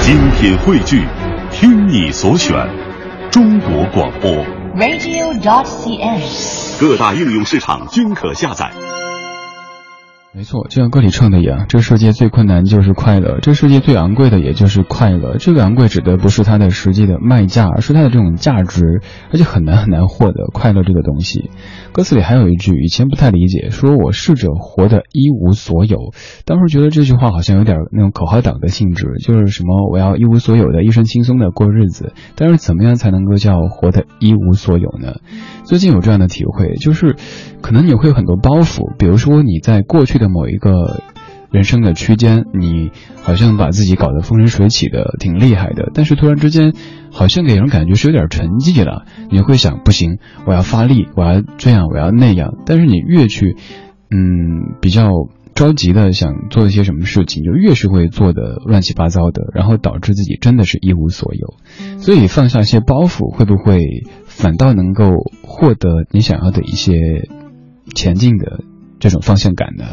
精品汇聚，听你所选，中国广播 radio.cn， 各大应用市场均可下载。 没错，就像歌里唱的一样，这世界最困难就是快乐，这世界最昂贵的也就是快乐。这个昂贵指的不是它的实际的卖价，而是它的这种价值，而且很难获得快乐这个东西。歌词里还有一句，以前不太理解，说我试着活得一无所有。当时觉得这句话好像有点那种口号党的性质，就是什么我要一无所有的，一身轻松的过日子。但是怎么样才能够叫活得一无所有呢？最近有这样的体会，就是可能你会有很多包袱，比如说你在过去的某一个人生的区间，你好像把自己搞得风生水起的挺厉害的，但是突然之间好像给人感觉是有点沉寂了。你会想不行，我要发力，我要这样，我要那样，但是你越去比较着急的想做一些什么事情，就越是会做的乱七八糟的，然后导致自己真的是一无所有。所以放下一些包袱，会不会反倒能够获得你想要的一些前进的这种方向感呢？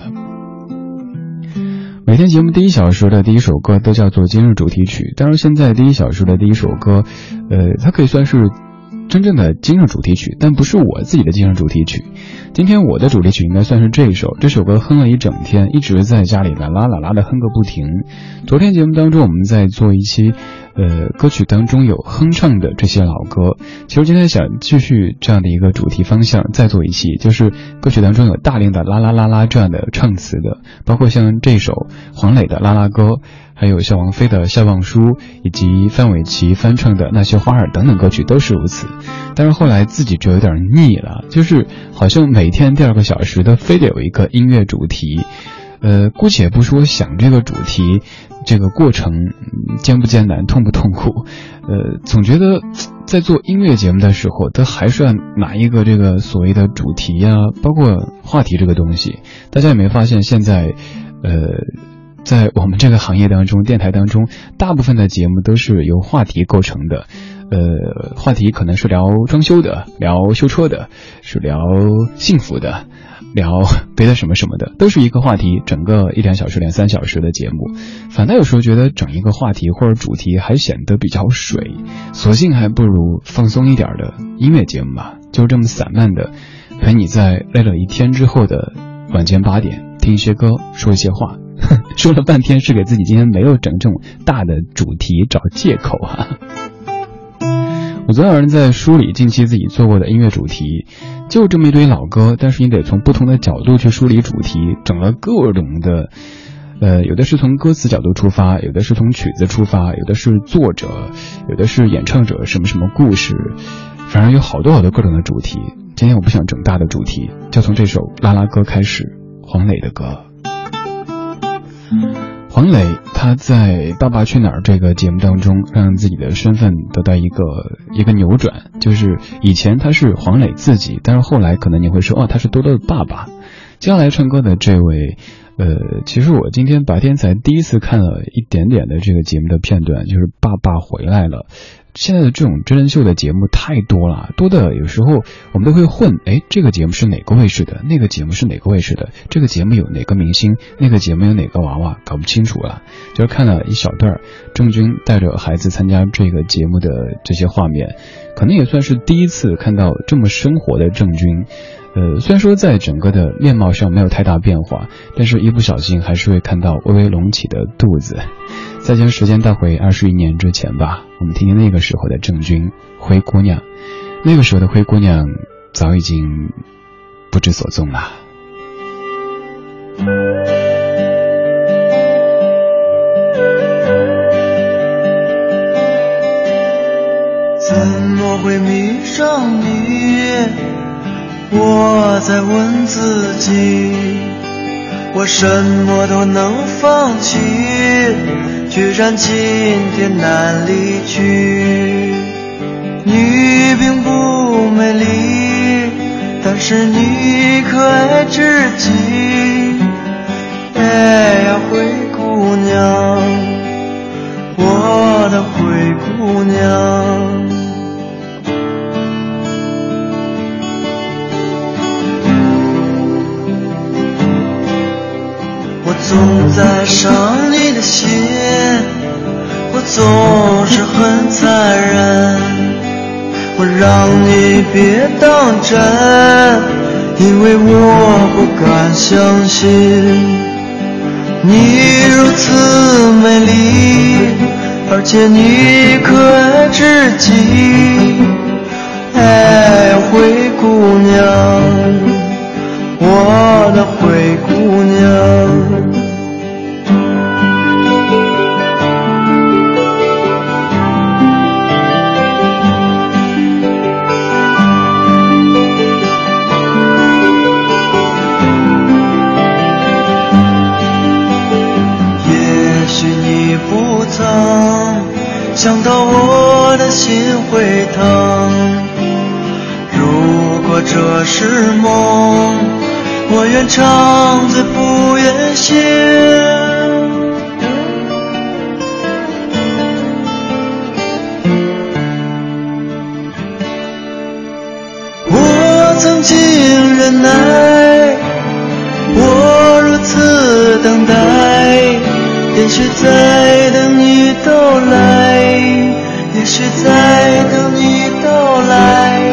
每天节目第一小时的第一首歌都叫做今日主题曲，当然现在第一小时的第一首歌它可以算是真正的今日主题曲，但不是我自己的今日主题曲。今天我的主题曲应该算是这首歌哼了一整天，一直在家里啦啦啦啦的哼个不停。昨天节目当中我们在做一期歌曲当中有哼唱的这些老歌，其实今天想继续这样的一个主题方向再做一期，就是歌曲当中有大量的啦啦啦啦这样的唱词的，包括像这首黄磊的啦啦歌，还有像王菲的笑忘书，以及范玮琪翻唱的那些花儿等等歌曲都是如此。但是后来自己就有点腻了，就是好像每天第2个小时的非得有一个音乐主题。姑且不说想这个主题这个过程艰不艰难，痛不痛苦，总觉得在做音乐节目的时候都还是要拿一个这个所谓的主题啊，包括话题这个东西。大家有没有发现现在在我们这个行业当中，电台当中大部分的节目都是由话题构成的。话题可能是聊装修的，聊修车的，是聊幸福的，聊别的什么什么的，都是一个话题，整个1-2小时2-3小时的节目。反倒有时候觉得整一个话题或者主题还显得比较水，索性还不如放松一点的音乐节目吧，就这么散漫的陪你在累了一天之后的晚间8点听一些歌，说一些话。说了半天是给自己今天没有整这种大的主题找借口啊。我昨天晚上在梳理近期自己做过的音乐主题，就这么一堆老歌，但是你得从不同的角度去梳理主题，整了各种的有的是从歌词角度出发，有的是从曲子出发，有的是作者，有的是演唱者什么什么故事，反正有好多各种的主题。今天我不想整大的主题，就从这首啦啦歌开始，黄磊的歌。黄磊他在《爸爸去哪儿》这个节目当中让自己的身份得到一个扭转，就是以前他是黄磊自己，但是后来可能你会说他是多多的爸爸。接下来唱歌的这位其实我今天白天才第一次看了一点点的这个节目的片段，就是爸爸回来了。现在的这种真人秀的节目太多了，多的有时候我们都会混，这个节目是哪个卫视的，那个节目是哪个卫视的，这个节目有哪个明星，那个节目有哪个娃娃，搞不清楚了。就是看了一小段郑钧带着孩子参加这个节目的这些画面，可能也算是第一次看到这么生活的郑钧。虽然说在整个的面貌上没有太大变化，但是一不小心还是会看到微微隆起的肚子。再将时间带回21年之前吧，我们听听那个时候的郑钧，灰姑娘。那个时候的灰姑娘早已经不知所踪了。 怎么会迷上你？我在问自己，我什么都能放弃，居然今天难离去。你并不美丽，但是你可爱至极。哎呀，灰姑娘，我的灰姑娘。我总在伤你的心，我总是很残忍，我让你别当真，因为我不敢相信你如此美丽，而且你可爱至极。哎，灰姑娘，我的灰姑娘。想到我的心会疼，如果这是梦，我愿长醉不愿醒。我曾经忍耐，我如此等待，也许在等你到来，也许在等你到来。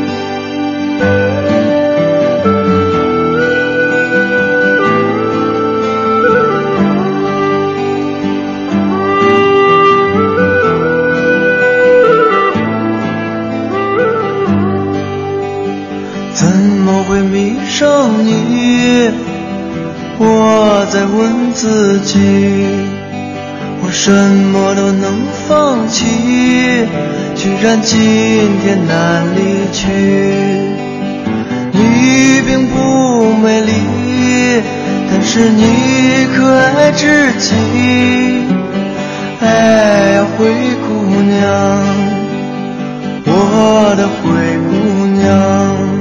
怎么会迷上你？我在问自己，我什么都能放弃，居然今天难离去。你并不美丽，但是你可爱至极。哎呀，灰姑娘，我的灰姑娘。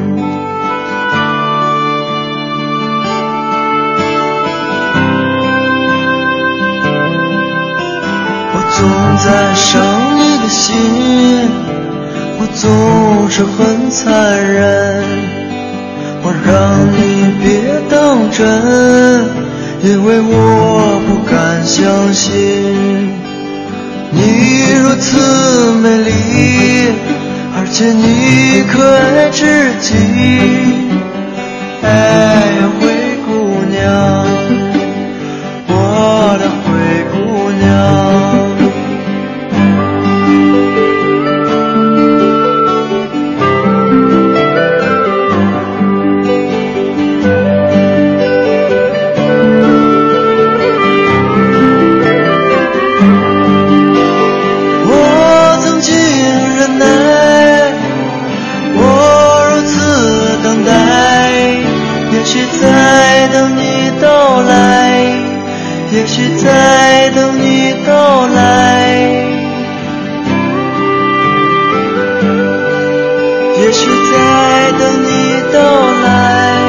总在伤你的心，我总是很残忍，我让你别当真，因为我不敢相信你如此美丽，而且你可爱至极。哎呀，灰姑娘，我的灰姑娘。也许在等你到来，也许在等你到来。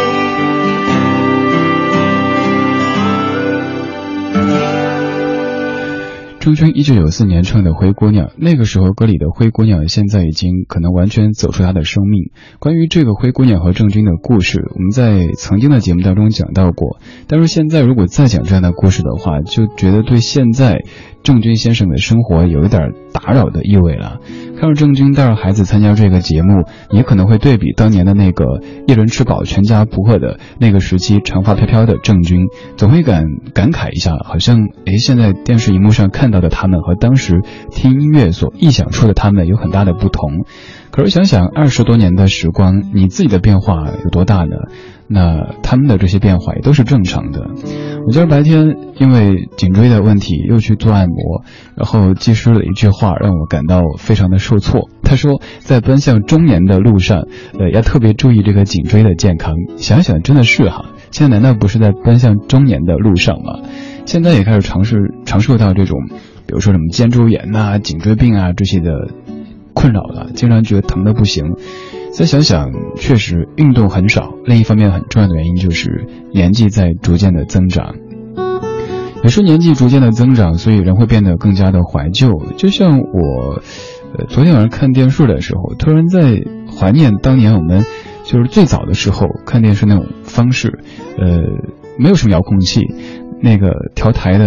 郑钧1994年唱的《灰姑娘》，那个时候歌里的灰姑娘现在已经可能完全走出她的生命。关于这个灰姑娘和郑钧的故事，我们在曾经的节目当中讲到过，但是现在如果再讲这样的故事的话，就觉得对现在郑钧先生的生活有一点打扰的意味了。看到郑钧带着孩子参加这个节目，你可能会对比当年的那个一人吃饱全家不饿的那个时期长发飘飘的郑钧，总会感慨一下，好像现在电视荧幕上看到的他们和当时听音乐所臆想出的他们有很大的不同。可是想想20多年的时光，你自己的变化有多大呢？那他们的这些变化也都是正常的。我今儿白天因为颈椎的问题又去做按摩，然后技师的一句话让我感到非常的受挫。他说在奔向中年的路上要特别注意这个颈椎的健康。想想真的是哈，现在难道不是在奔向中年的路上吗？现在也开始尝试到这种比如说什么肩周炎啊、颈椎病啊这些的困扰了，经常觉得疼得不行。再想想确实运动很少，另一方面很重要的原因就是年纪在逐渐的增长。也是年纪逐渐的增长，所以人会变得更加的怀旧。就像我昨天晚上看电视的时候，突然在怀念当年我们就是最早的时候看电视那种方式，没有什么遥控器，那个调台的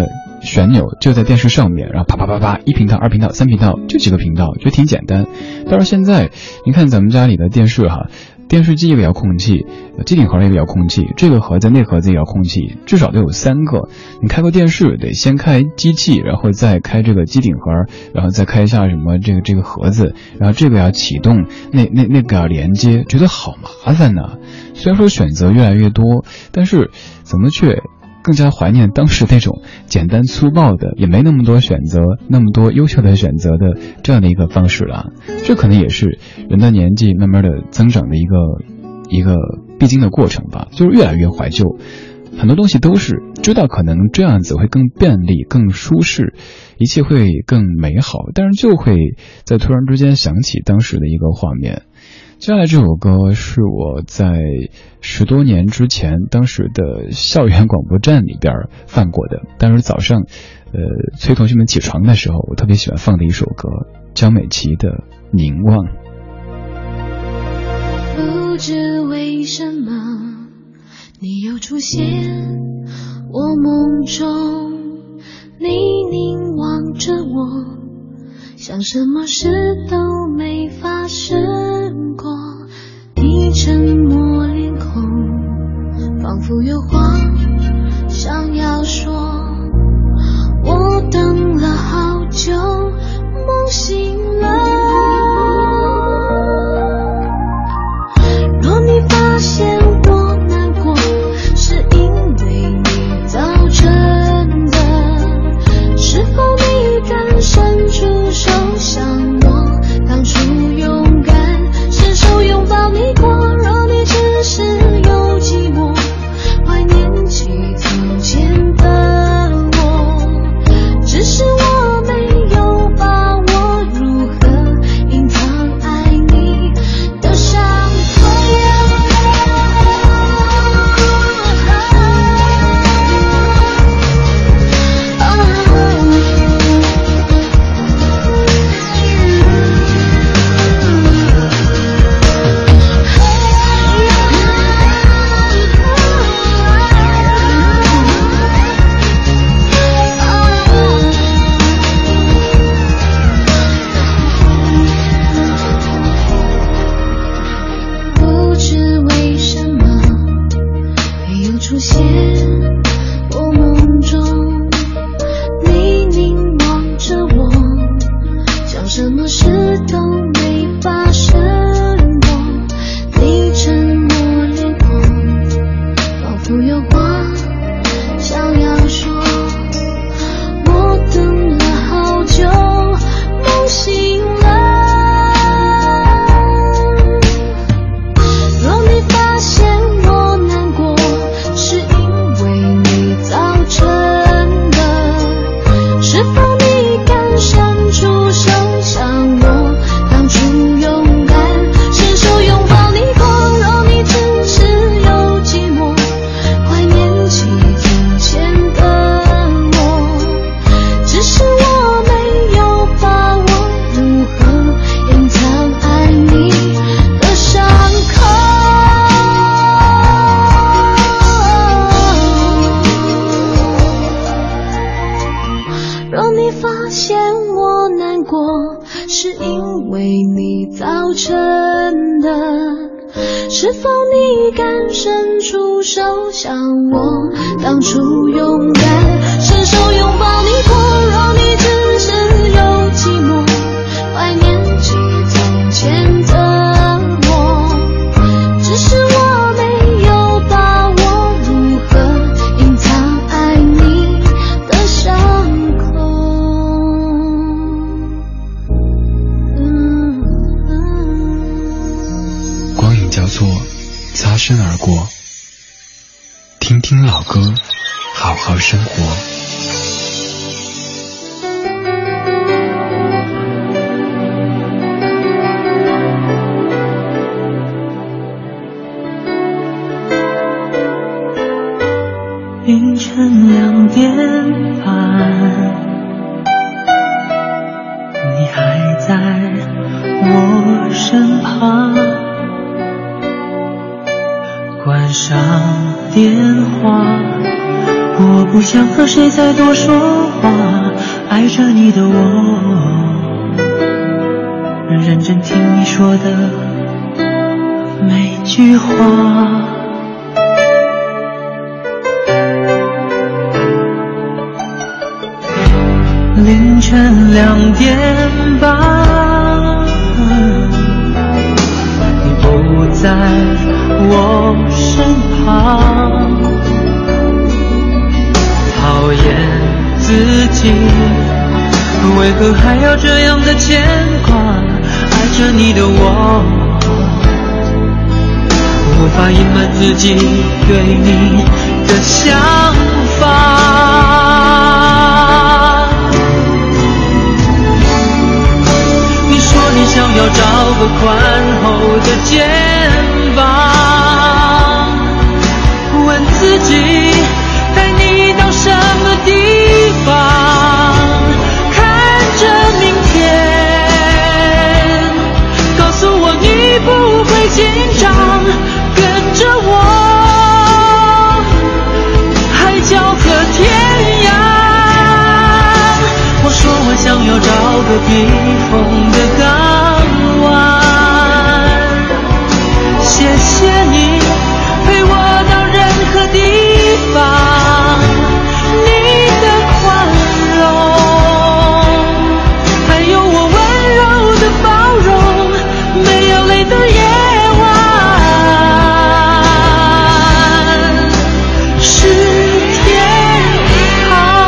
旋钮就在电视上面，然后啪啪啪啪，1频道、2频道、3频道，就几个频道，就挺简单。但是现在你看咱们家里的电视哈，电视机一个遥控器，机顶盒一个遥控器，这个盒子那盒子遥控器至少都有3个。你开个电视得先开机器，然后再开这个机顶盒，然后再开一下什么这个盒子，然后这个要启动，那个要连接，觉得好麻烦呢。虽然说选择越来越多，但是怎么却更加怀念当时那种简单粗暴的，也没那么多选择，那么多优秀的选择的这样的一个方式了。这可能也是人的年纪慢慢的增长的一个必经的过程吧，就是越来越怀旧。很多东西都是知道可能这样子会更便利、更舒适，一切会更美好，但是就会在突然之间想起当时的一个画面。接下来这首歌是我在10多年之前当时的校园广播站里边放过的，当时早上催同学们起床的时候，我特别喜欢放的一首歌，江美琪的《凝望》。 不知为什么你又出现我梦中，你凝望着我，像什么事都没发生过。你沉默脸孔，仿佛有话想要说。我等了好久，梦醒了。若你发现我难过，是因为你造成的，是否你敢伸出手向我当初勇敢伸手拥抱你过？若你只是有寂寞，怀念起从前的我，只是我没有把握如何隐藏爱你的伤口。不知为什么你又出现我梦中，你凝望着我，像什么事都没发生过。你沉默脸孔，仿佛有话想要说。我等了好久，梦醒了。若你发现我难过，是因为你造成的，是否你敢伸出手向我当初勇敢伸手拥抱你过？若你只是有寂寞，怀念起从前的我，只是我没有把握如何隐藏爱你的伤口。若你发现我难过，是因为你造成的，是否你敢伸出手向我当初勇敢伸手拥抱你过？若你只是有寂寞，怀念起从前的我，只是我没有把握如何隐藏爱你的伤口。 光影交错，擦身而过，听听老歌，好好生活。 凌晨2点半，你还在我身旁，关上电话，我我不想和谁再多说话，爱着你的我，认真听你说的每句话。凌晨2点半，你不在我身旁，讨厌自己为何还要这样的牵挂，爱着你的我无法隐瞒自己对你的想法。你说你想要找个宽厚的肩膀，问自己带你到什么地方，看着明天，告诉我你不会紧张，跟着我海角和天涯。我说我想要找个避风的港湾，谢谢你陪我到任何地方，你的宽容还有我温柔的包容，没有泪的夜晚是天堂。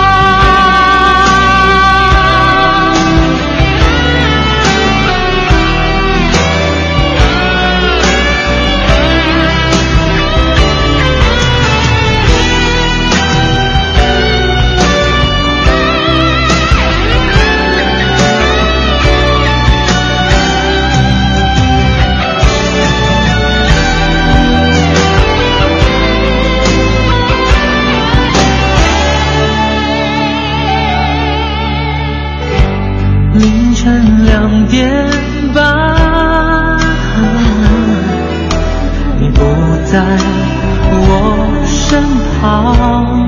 凌晨2点半，你不在我身旁，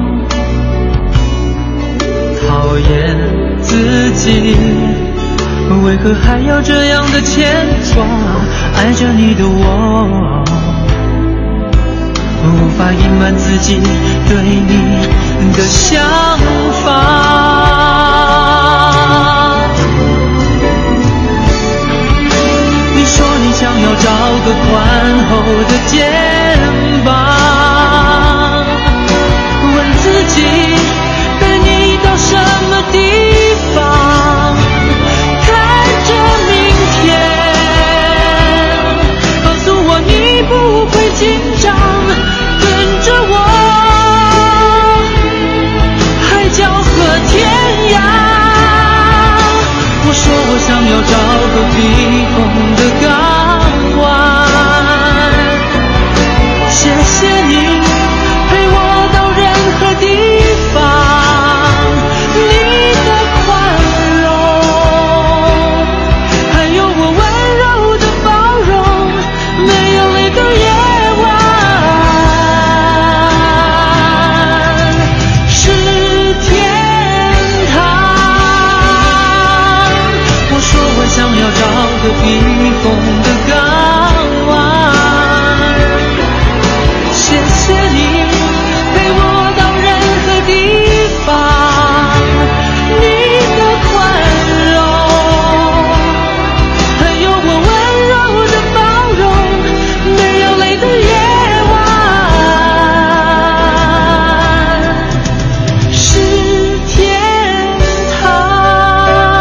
讨厌自己为何还要这样的牵挂，爱着你的我无法隐瞒自己对你的想法。你说你想要找个宽厚的肩膀，问自己带你到什么地方，看着明天，告诉我你不会紧张，跟着我海角和天涯。我说我想要找个避风的港湾，谢谢你陪我到任何地方，你的宽容还有我温柔的包容，没有泪的夜晚是天堂。我说我想要找个避风的港湾，谢谢你陪我到任何地方，你的宽容还有我温柔的包容，没有泪的夜晚是天堂。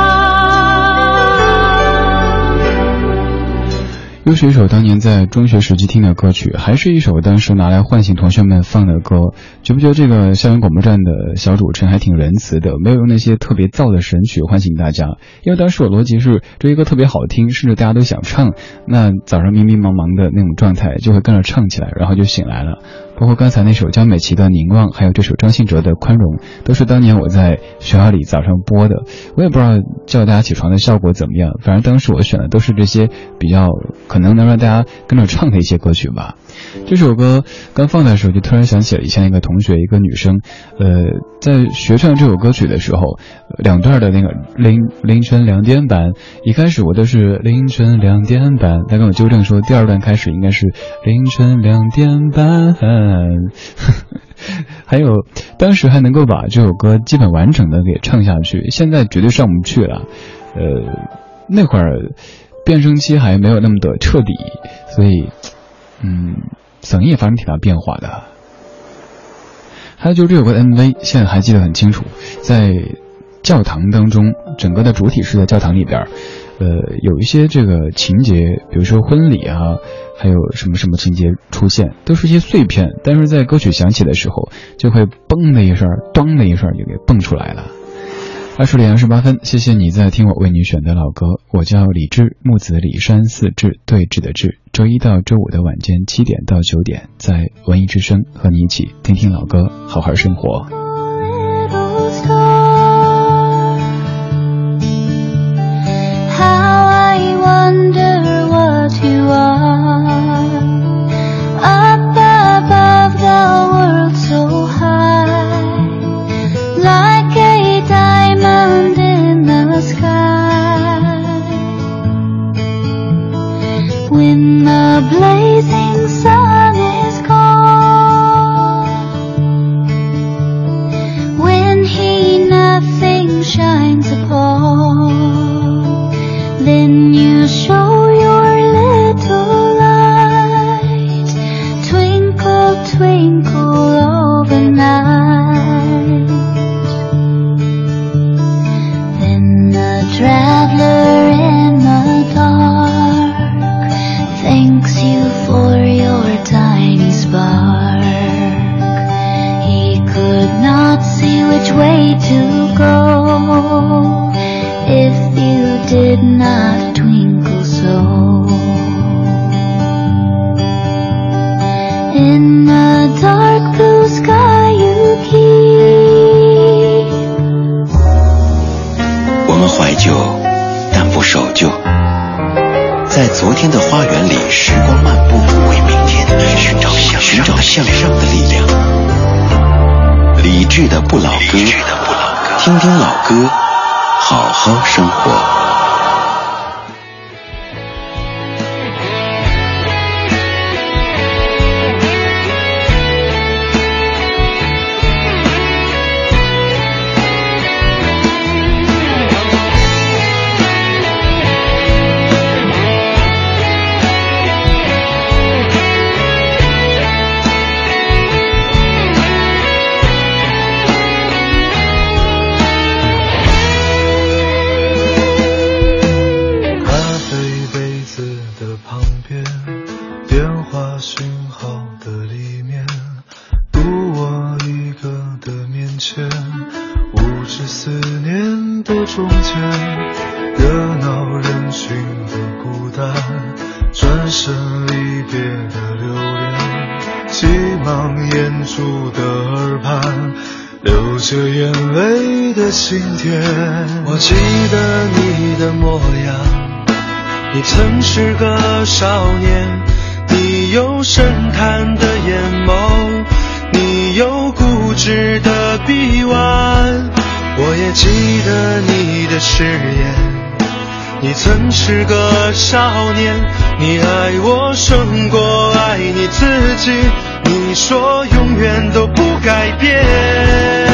又是一首当年在中学时期听的歌曲，还是一首当时拿来唤醒同学们放的歌。觉不觉得这个校园广播站的小主持人还挺仁慈的，没有用那些特别燥的神曲唤醒大家？因为当时我逻辑是这一歌特别好听，甚至大家都想唱，那早上迷迷茫茫的那种状态就会跟着唱起来，然后就醒来了。包括刚才那首江美琪的《凝望》，还有这首张信哲的《宽容》，都是当年我在学校里早上播的。我也不知道叫大家起床的效果怎么样，反正当时我选的都是这些比较可能能让大家跟着唱的一些歌曲吧。 这首歌刚放的时候，就突然想起了以前一个同学，一个女生，在学唱这首歌曲的时候，两段的那个凌晨2点半，一开始我都是凌晨2点半，他跟我纠正说第二段开始应该是凌晨2点半。还有当时还能够把这首歌基本完整的给唱下去，现在绝对上不去了。那会儿变声期还没有那么的彻底，所以嗓音也发生挺大变化的。还有就是这首歌的 MV 现在还记得很清楚，在教堂当中，整个的主体是在教堂里边，有一些这个情节，比如说婚礼啊，还有什么什么情节出现，都是一些碎片，但是在歌曲响起的时候，就会嘣的一声，咚的一声就给蹦出来了。20点28分，谢谢你在听我为你选的老歌，我叫李志，木子李山四志对峙的志，周一到周五的晚间7点到9点，在文艺之声和你一起听听老歌，好好生活。 When the blazing sun is gone, when he nothing shines upon, then you show your little light, twinkle, twinkle over night. Then the traveler in the dark thanks you for your tiny spark. He could not see which way to go if you did not twinkle so. In the dark blue sky you keep. 我们怀旧，但不守旧。在昨天的花园里时光漫步，为明天寻找向上的力量。理智的不老歌，听听老歌，好好生活。 我记得你的模样，你曾是个少年，你有深潭的眼眸，你有固执的臂弯。我也记得你的誓言，你曾是个少年，你爱我胜过爱你自己，你说永远都不改变。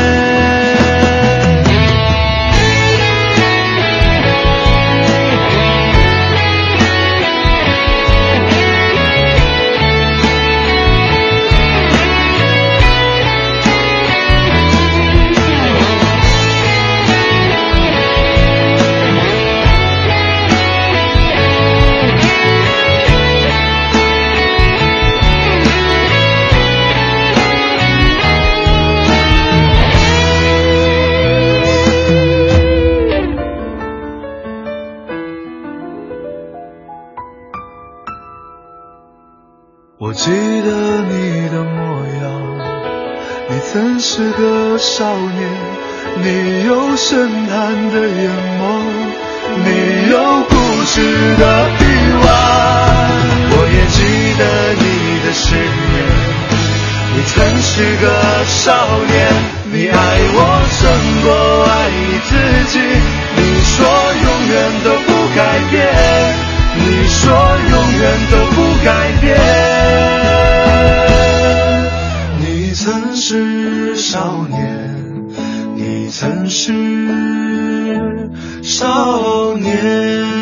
我记得你的模样，你曾是个少年，你有深潭的眼眸，你有固执的臂弯。我也记得你的誓是个少年，你爱我胜过爱你自己，你说永远都不改变，你说永远都不改变。你曾是少年，你曾是少年。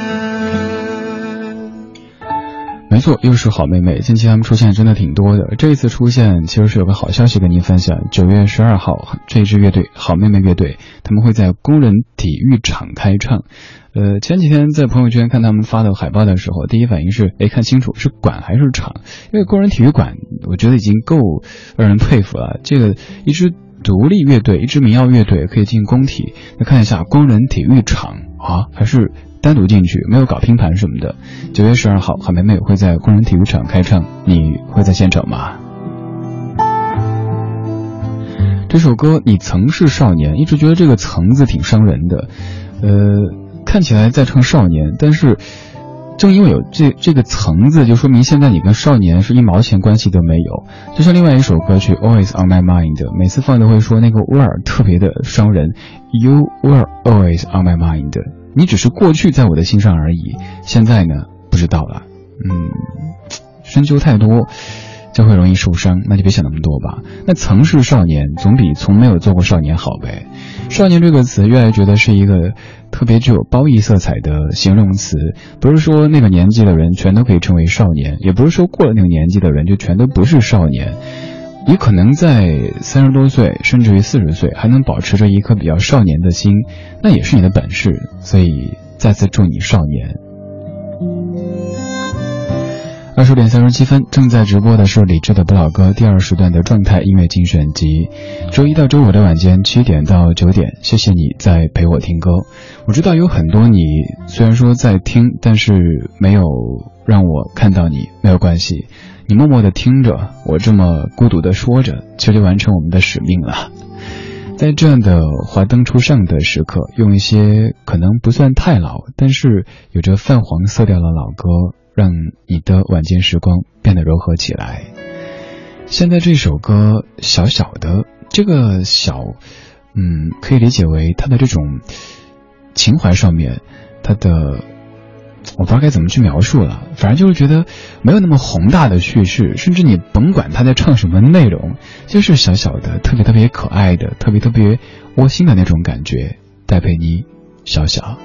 没错，又是好妹妹。近期他们出现真的挺多的，这一次出现其实是有个好消息跟您分享。9月12号，这支乐队好妹妹乐队，他们会在工人体育场开唱。前几天在朋友圈看他们发的海报的时候，第一反应是看清楚是馆还是场，因为工人体育馆我觉得已经够让人佩服了。这个一支独立乐队，一支民谣乐队可以进工体，那看一下工人体育场啊，还是单独进去，没有搞拼盘什么的。9月12号，好妹妹会在工人体育场开唱，你会在现场吗？这首歌你曾是少年，一直觉得这个曾字挺伤人的，看起来在唱少年，但是正因为有这个曾字，就说明现在你跟少年是一毛钱关系都没有。就像另外一首歌曲 Always on my mind， 每次放都会说那个 were 特别的伤人， You were always on my mind， 你只是过去在我的心上而已，现在呢不知道了。深究太多就会容易受伤，那就别想那么多吧。那曾是少年总比从没有做过少年好呗。少年这个词越来越觉得是一个特别具有褒义色彩的形容词，不是说那个年纪的人全都可以称为少年，也不是说过了那个年纪的人就全都不是少年。你可能在30多岁甚至于40岁还能保持着一颗比较少年的心，那也是你的本事，所以再次祝你少年。20点37分，正在直播的是李志的不老歌第2时段的状态音乐精选集。周一到周五的晚间7点到9点，谢谢你在陪我听歌。我知道有很多你虽然说在听，但是没有让我看到你，没有关系，你默默地听着，我这么孤独地说着，其实就完成我们的使命了。在这样的华灯初上的时刻，用一些可能不算太老，但是有着泛黄色调的老歌，让你的晚间时光变得柔和起来。现在这首歌小小的，这个小可以理解为它的这种情怀上面，它的我不知道该怎么去描述了，反正就是觉得没有那么宏大的叙事，甚至你甭管他在唱什么内容，就是小小的特别特别可爱的特别特别窝心的那种感觉。戴佩妮，小小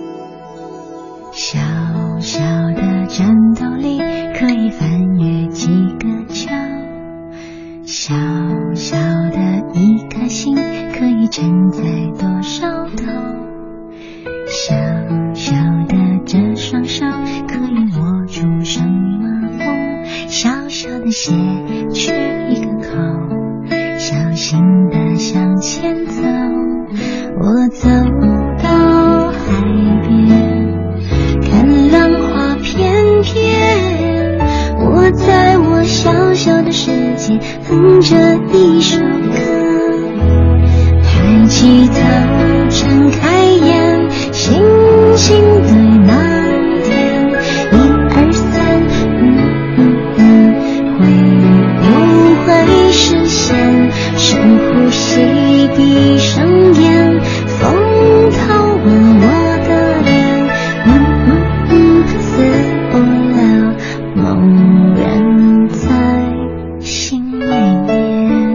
小小的战斗力可以翻越几个桥，小小的一颗心可以承载多少头，小小的这双手可以握住什么风，小小的鞋去一个口，小心地向前走，我走到海边，看浪花翩翩，我在我小小的世界哼着一首歌，抬起头睁开眼，星星对那天1、2、3，会不会实现？深呼吸，闭上眼，风透吻我的脸，撕破了某人在心里面。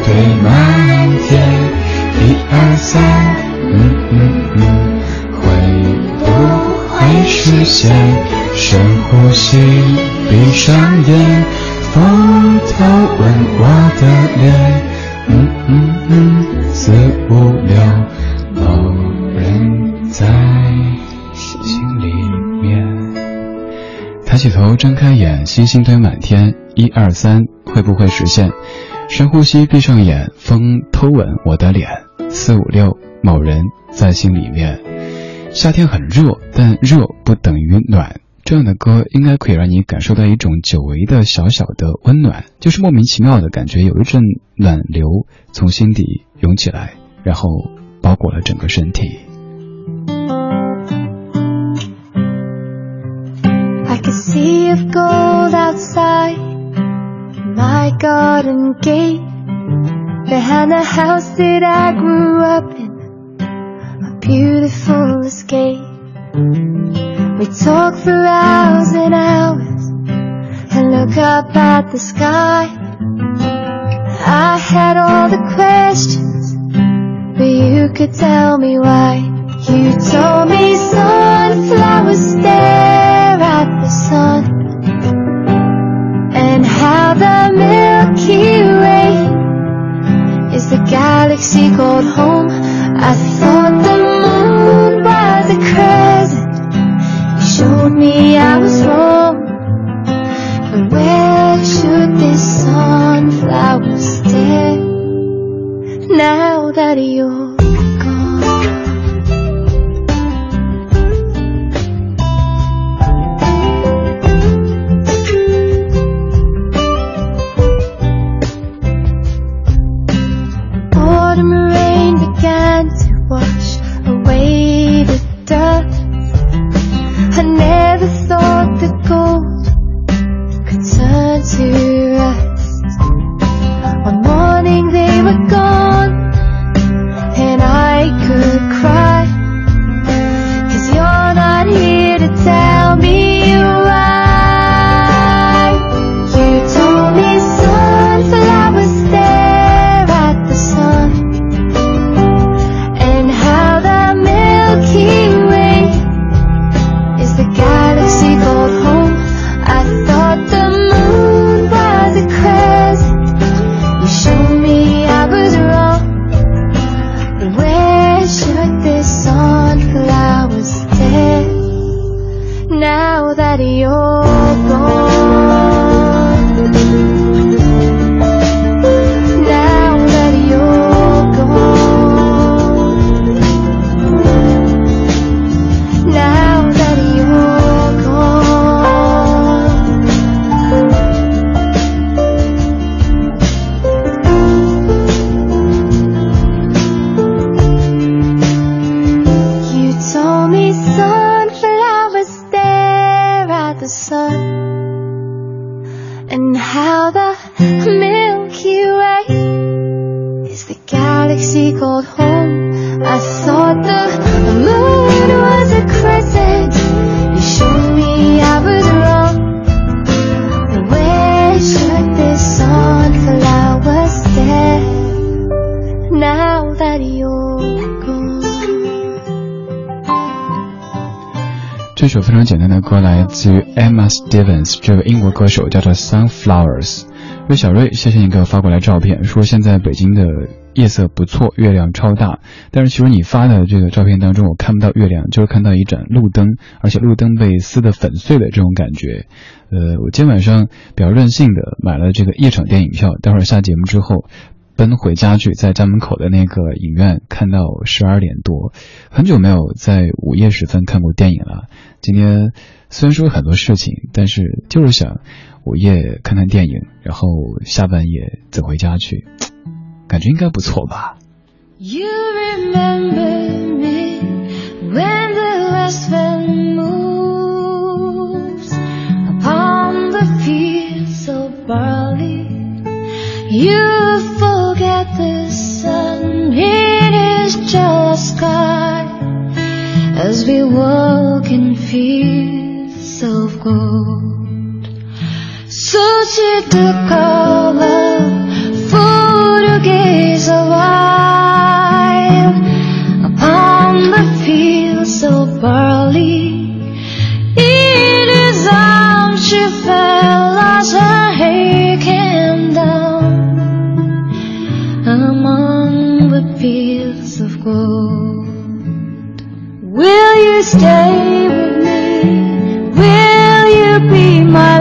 对满天，一二三，会不会实现？深呼吸，闭上眼，风透吻我的脸，四五六，某人在心里面。抬起头，睁开眼，星星堆满天，一二三，会不会实现？深呼吸，闭上眼，风偷吻我的脸，四五六，某人在心里面。夏天很热，但热不等于暖。这样的歌应该可以让你感受到一种久违的小小的温暖，就是莫名其妙的感觉，有一阵暖流从心底涌起来，然后包裹了整个身体。 I can see of gold outside my garden gate, behind the house that I grew up in, a beautiful escape. We talk for hours and hours and look up at the sky. I had all the questions, but you could tell me why. You told me sunflowers stare at the sun, and how the Milky Way is the galaxy called home. I thought the moon was a crescent, you showed me I was wrong. But where should this sunflower stare now that you're gone? Autumn rain began to wash away the dust. I never thought that gold could turn to rust. One morning they were gone, and I could cry, 'cause you're not here to tell me why. You told me sunflowers stare at the sun, and how the Milky Way is the galaxy called home. I thought the moon was a crescent, you showed me I was wrong. But where should this sunflower stare now that you're gone? Now that you're gone. Now that you're gone. You told me sunflowers stare at the sun, and how the Milky Way is the galaxy called home. I thought the moon was a crescent, you showed me I was wrong. But where should this sunflower stare now that you're gone? 这首非常简单的歌来自于 Emma Stevens， 这位英国歌手叫做 Sunflowers。瑞小瑞，谢谢你给我发过来照片，说现在北京的夜色不错，月亮超大，但是其实你发的这个照片当中我看不到月亮，就是看到一盏路灯，而且路灯被撕得粉碎的这种感觉。我今天晚上比较任性的买了这个夜场电影票，待会儿下节目之后奔回家去，在家门口的那个影院看到12点多，很久没有在午夜时分看过电影了。今天虽然说很多事情，但是就是想午夜看看电影，然后下半夜走回家去，感觉应该不错吧。 You remember me when the west wind moves upon the fields of barley. You forget the sun in his jealous sky as we walk in fields of gold. So she took our love for to get stay with me? Will you be my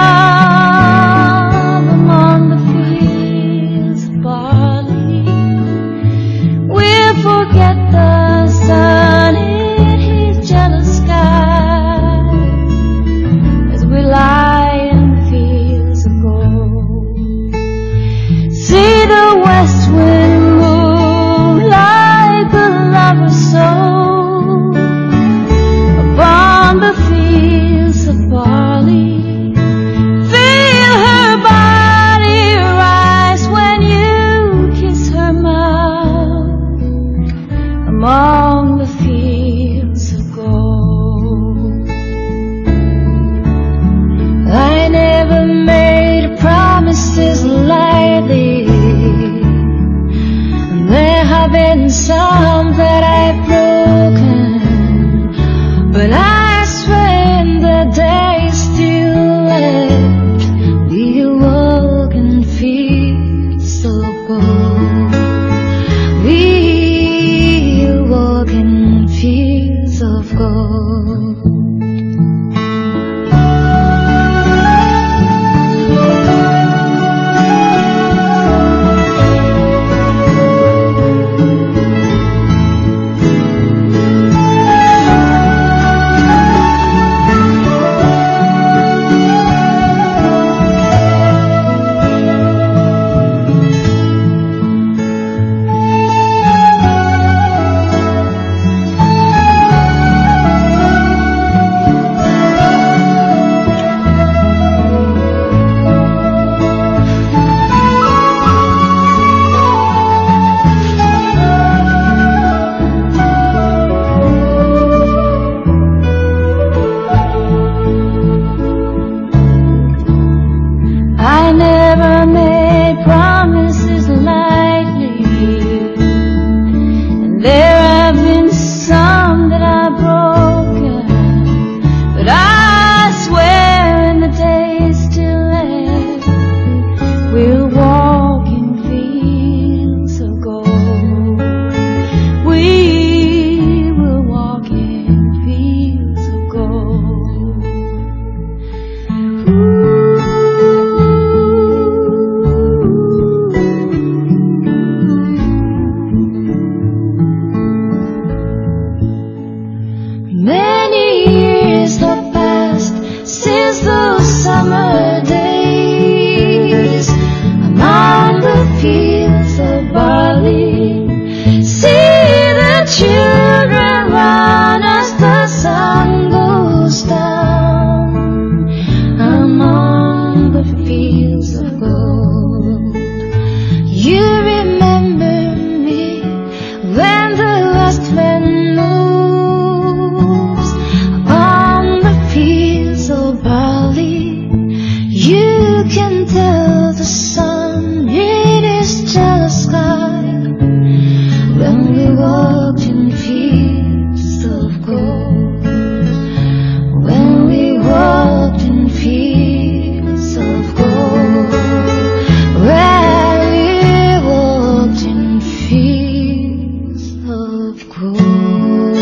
love among the fields of barley? We'll forget the sun in his jealous sky as we lie in the fields of gold. See the west wind move like a lover's soul upon the fields of barley. Feel her body rise when you kiss her mouth among the fields of gold. I never made promises lightly. There have been some that I've broken, but I swear in the days still left, we'll walk in fields of gold. We'll walk in fields of gold. I never made promises lightly, and there have been some that I've broken, but I swear in the days still left, we'll walk in fields of gold. We will walk in fields of gold. Many years have passed since those summer days among the fields of barley. See the children run as the sun goes down among the fields of gold. You remember me when the west wind moves upon the fields of barley. You can tell the sun in his jealous sky when we walked in fields of gold. When we walked in fields of gold. Where we walked in fields of gold.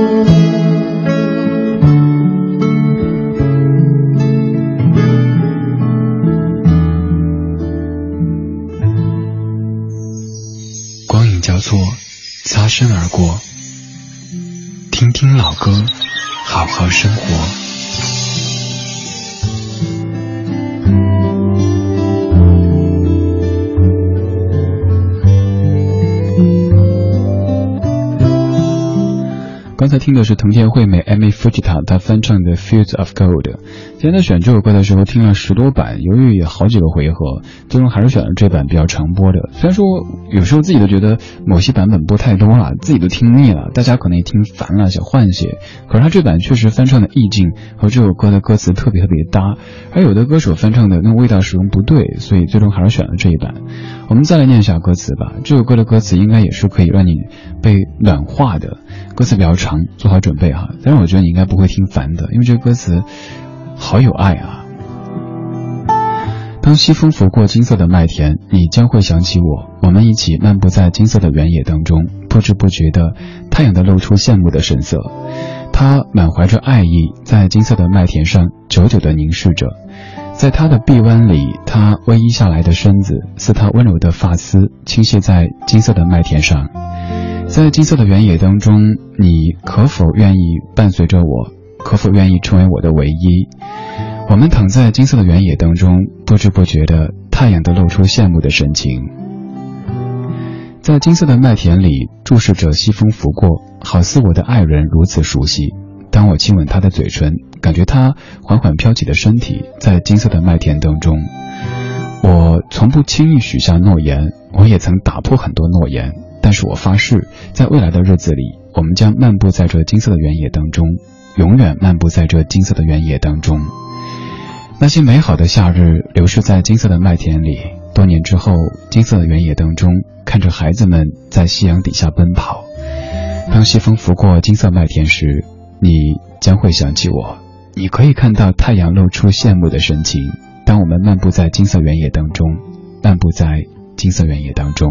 光影交错，擦身而过，听听老歌，好好生活。刚才听的是藤田惠美 Amy Fujita 她翻唱的 Fields of Gold。今天在选这首歌的时候听了10多版，犹豫好几个回合，最终还是选了这版比较常播的。虽然说有时候自己都觉得某些版本播太多了，自己都听腻了，大家可能也听烦了，想换些。可是他这版确实翻唱的意境和这首歌的歌词特别搭，而有的歌手翻唱的那个味道始终不对，所以最终还是选了这一版。我们再来念一下歌词吧。这首歌的歌词应该也是可以让你被暖化的，歌词比较长，做好准备哈。但是我觉得你应该不会听烦的，因为这个歌词好有爱啊。当西风拂过金色的麦田，你将会想起我，我们一起漫步在金色的原野当中，不知不觉的太阳的露出羡慕的神色。 他满怀着爱意，在金色的麦田上久久地凝视着。在他的臂弯里，他微依下来的身子似他温柔的发丝倾泻在金色的麦田上。在金色的原野当中，你可否愿意伴随着我？可否愿意成为我的唯一？我们躺在金色的原野当中，不知不觉的，太阳都露出羡慕的神情。在金色的麦田里，注视着西风拂过，好似我的爱人如此熟悉。当我亲吻他的嘴唇，感觉他缓缓飘起的身体在金色的麦田当中。我从不轻易许下诺言，我也曾打破很多诺言，但是我发誓，在未来的日子里，我们将漫步在这金色的原野当中，永远漫步在这金色的原野当中。那些美好的夏日流逝在金色的麦田里，多年之后，金色的原野当中，看着孩子们在夕阳底下奔跑。当西风拂过金色麦田时，你将会想起我，你可以看到太阳露出羡慕的神情。当我们漫步在金色原野当中，漫步在金色原野当中。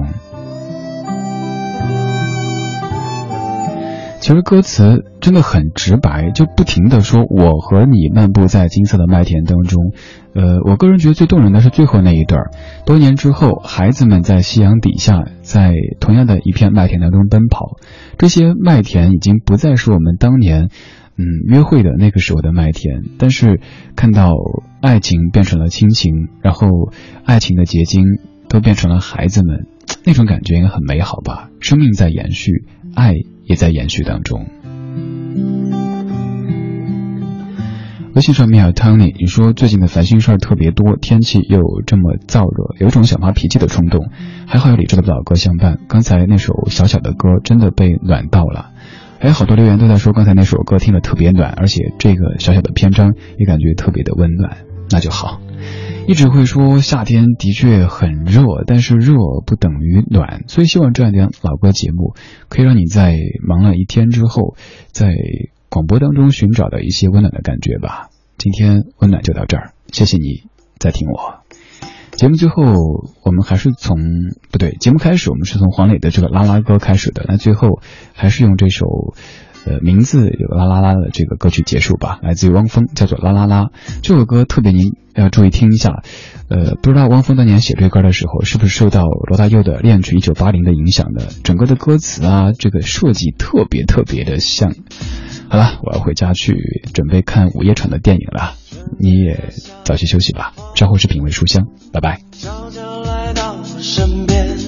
其实歌词真的很直白，就不停地说我和你漫步在金色的麦田当中。我个人觉得最动人的是最后那一段，多年之后，孩子们在夕阳底下，在同样的一片麦田当中奔跑。这些麦田已经不再是我们当年约会的那个时候的麦田，但是看到爱情变成了亲情，然后爱情的结晶都变成了孩子们，那种感觉应该很美好吧。生命在延续，爱也在延续当中。微信上面有 Tony， 你说最近的烦心事儿特别多，天气又这么燥热，有一种想发脾气的冲动。还好有理智的老歌相伴，刚才那首小小的歌真的被暖到了。还有好多留言都在说刚才那首歌听得特别暖，而且这个小小的篇章也感觉特别的温暖，那就好。一直会说夏天的确很热，但是热不等于暖，所以希望这样的老歌节目可以让你在忙了一天之后，在广播当中寻找到一些温暖的感觉吧。今天温暖就到这儿，谢谢你在听我。节目最后我们还是节目开始我们是从黄磊的这个啦啦歌开始的，那最后还是用这首名字有啦啦啦的这个歌曲结束吧，来自于汪峰，叫做啦啦啦。这首歌特别您要注意听一下，不知道汪峰当年写这歌的时候是不是受到罗大佑的恋曲1980的影响的，整个的歌词啊，这个设计特别特别的像。好了，我要回家去准备看午夜场的电影了，你也早些休息吧。稍后是品味书香，拜拜。 悄悄来到我身边，